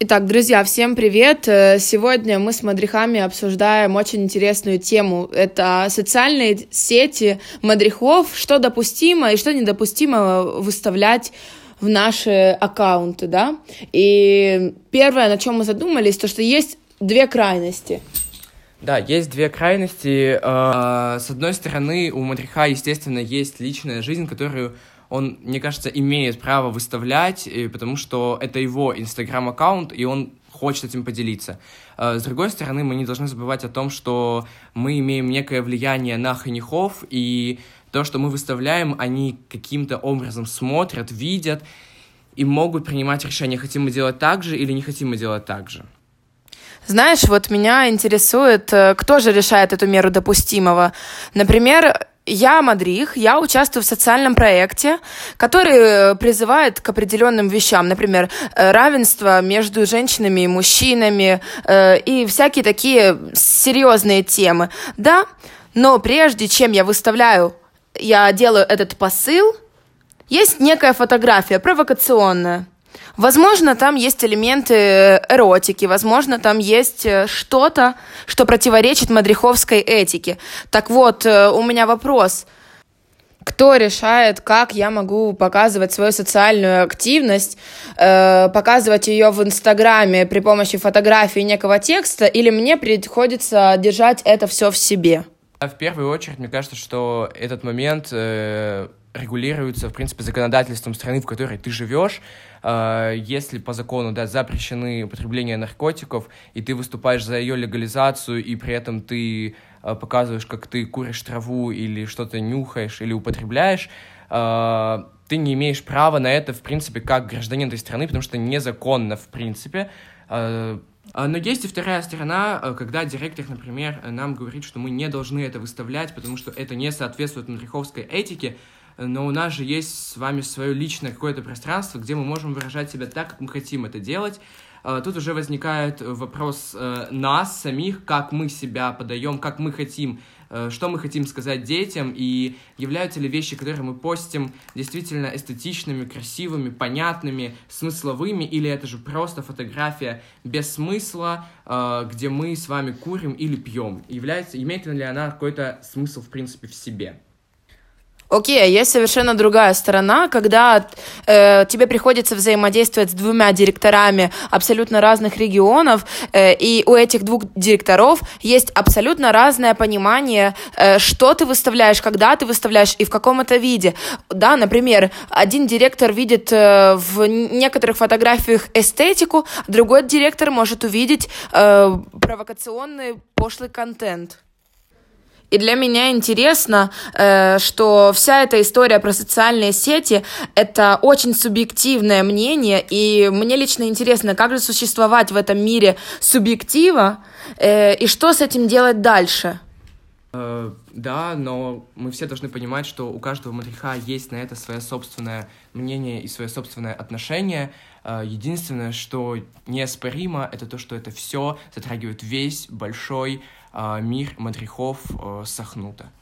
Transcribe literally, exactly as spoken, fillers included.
Итак, друзья, всем привет! Сегодня мы с мадрихами обсуждаем очень интересную тему. Это социальные сети мадрихов, что допустимо и что недопустимо выставлять в наши аккаунты, да? И первое, на чем мы задумались, то, что есть две крайности. Да, есть две крайности. С одной стороны, у мадриха, естественно, есть личная жизнь, которую он, мне кажется, имеет право выставлять, потому что это его инстаграм-аккаунт, и он хочет этим поделиться. С другой стороны, мы не должны забывать о том, что мы имеем некое влияние на ханихов, и то, что мы выставляем, они каким-то образом смотрят, видят и могут принимать решение, хотим мы делать так же или не хотим мы делать так же. Знаешь, вот меня интересует, кто же решает эту меру допустимого. Например, я мадрих, я участвую в социальном проекте, который призывает к определенным вещам, например, равенство между женщинами и мужчинами э, и всякие такие серьезные темы. Да, но прежде чем я выставляю, я делаю этот посыл, есть некая фотография провокационная. Возможно, там есть элементы эротики, возможно, там есть что-то, что противоречит мадриховской этике. Так вот, у меня вопрос. Кто решает, как я могу показывать свою социальную активность, э, показывать ее в Инстаграме при помощи фотографии некого текста, или мне приходится держать это все в себе? В первую очередь, мне кажется, что этот момент э, регулируется, в принципе, законодательством страны, в которой ты живешь. Если по закону, да, запрещены употребление наркотиков, и ты выступаешь за ее легализацию, и при этом ты показываешь, как ты куришь траву или что-то нюхаешь или употребляешь, ты не имеешь права на это, в принципе, как гражданин этой страны, потому что незаконно, в принципе. Но есть и вторая сторона, когда директор, например, нам говорит, что мы не должны это выставлять, потому что это не соответствует мадриховской этике, но у нас же есть с вами свое личное какое-то пространство, где мы можем выражать себя так, как мы хотим это делать. Тут уже возникает вопрос нас самих, как мы себя подаем, как мы хотим, что мы хотим сказать детям, и являются ли вещи, которые мы постим, действительно эстетичными, красивыми, понятными, смысловыми, или это же просто фотография без смысла, где мы с вами курим или пьем. Является, имеет ли она какой-то смысл, в принципе, в себе? Окей, okay, есть совершенно другая сторона, когда э, тебе приходится взаимодействовать с двумя директорами абсолютно разных регионов, э, и у этих двух директоров есть абсолютно разное понимание, э, что ты выставляешь, когда ты выставляешь и в каком это виде. Да, например, один директор видит э, в некоторых фотографиях эстетику, другой директор может увидеть э, провокационный пошлый контент. И для меня интересно, э, что вся эта история про социальные сети — это очень субъективное мнение, и мне лично интересно, как же существовать в этом мире субъектива, э, и что с этим делать дальше? Uh, да, но мы все должны понимать, что у каждого мадриха есть на это свое собственное мнение и свое собственное отношение. Uh, единственное, что неоспоримо, это то, что это все затрагивает весь большой uh, мир мадрихов uh, Сахнута.